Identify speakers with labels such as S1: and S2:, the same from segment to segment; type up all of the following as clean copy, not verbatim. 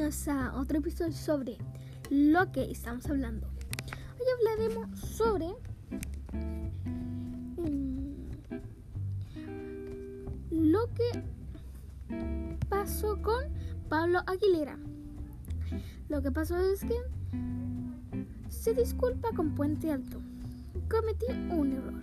S1: Bienvenidos a otro episodio sobre lo que estamos hablando. Hoy hablaremos sobre lo que pasó con Pablo Aguilera. Lo que pasó es que se disculpa con Puente Alto. Cometí un error.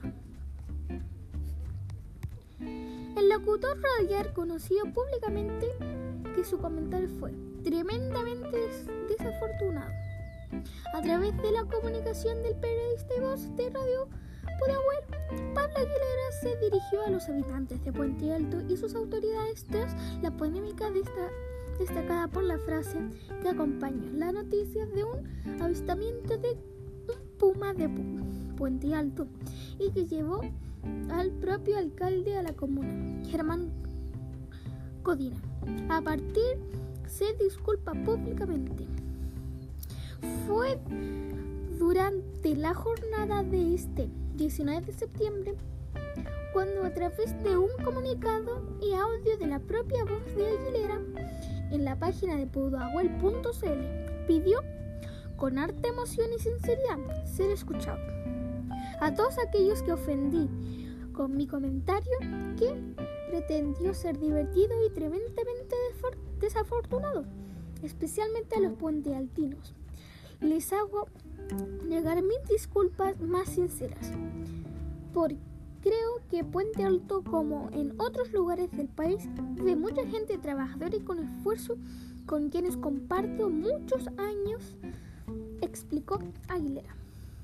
S1: El locutor radial conoció públicamente que su comentario fue tremendamente desafortunado. A través de la comunicación del periodista y voz de Radio Pudahuel, Pablo Aguilera se dirigió a los habitantes de Puente Alto y sus autoridades tras la polémica destacada por la frase que acompaña la noticia de un avistamiento de un puma de Puente Alto y que llevó al propio alcalde a la comuna, Germán Codina. A partir se disculpa públicamente. Fue durante la jornada de este 19 de septiembre cuando, a través de un comunicado y audio de la propia voz de Aguilera en la página de pudahuel.cl, pidió con harta emoción y sinceridad ser escuchado. A todos aquellos que ofendí con mi comentario, que pretendió ser divertido y tremendamente desafortunado, especialmente a los puentealtinos, les hago llegar mis disculpas más sinceras, porque creo que Puente Alto, como en otros lugares del país, de mucha gente trabajadora y con esfuerzo, con quienes comparto muchos años, explicó Aguilera.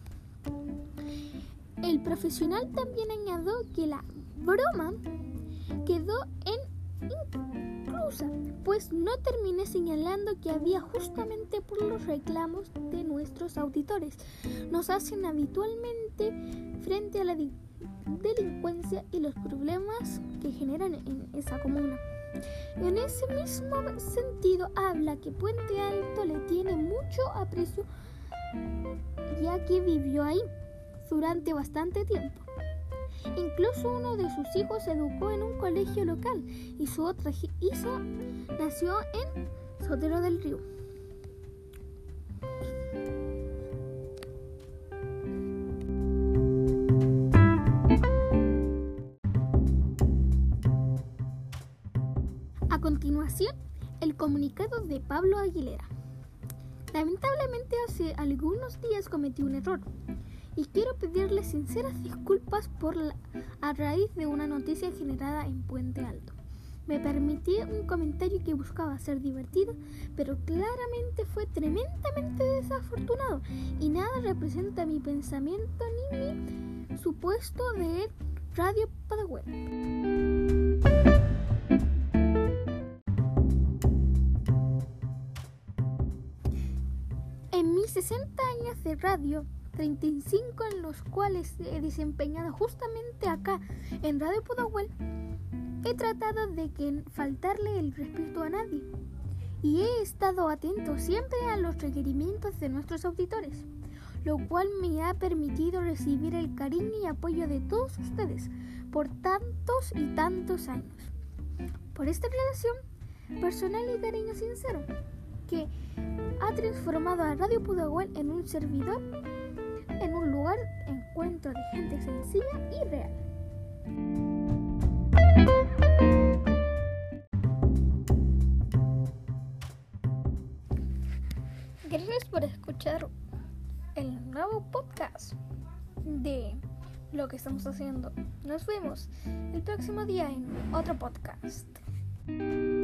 S1: El profesional también añadió que la broma quedó inconclusa, pues no terminé señalando que había, justamente por los reclamos de nuestros auditores, nos hacen habitualmente frente a la delincuencia y los problemas que generan en esa comuna. En ese mismo sentido, habla que Puente Alto le tiene mucho aprecio, ya que vivió ahí durante bastante tiempo. Incluso uno de sus hijos se educó en un colegio local y su otra nació en Sotero del Río. A continuación, el comunicado de Pablo Aguilera. Lamentablemente, hace algunos días cometí un error y quiero pedirle sinceras disculpas a raíz de una noticia generada en Puente Alto. Me permití un comentario que buscaba ser divertido, pero claramente fue tremendamente desafortunado y nada representa mi pensamiento ni mi supuesto de Radio Pudahuel. En mis 60 años de radio, 35 en los cuales he desempeñado justamente acá en Radio Pudahuel, he tratado de que faltarle el respeto a nadie y he estado atento siempre a los requerimientos de nuestros auditores, lo cual me ha permitido recibir el cariño y apoyo de todos ustedes por tantos y tantos años. Por esta relación personal y cariño sincero que ha transformado a Radio Pudahuel en un servidor, en un lugar de encuentro de gente sencilla y real. Gracias por escuchar el nuevo podcast de lo que estamos haciendo. Nos vemos el próximo día en otro podcast.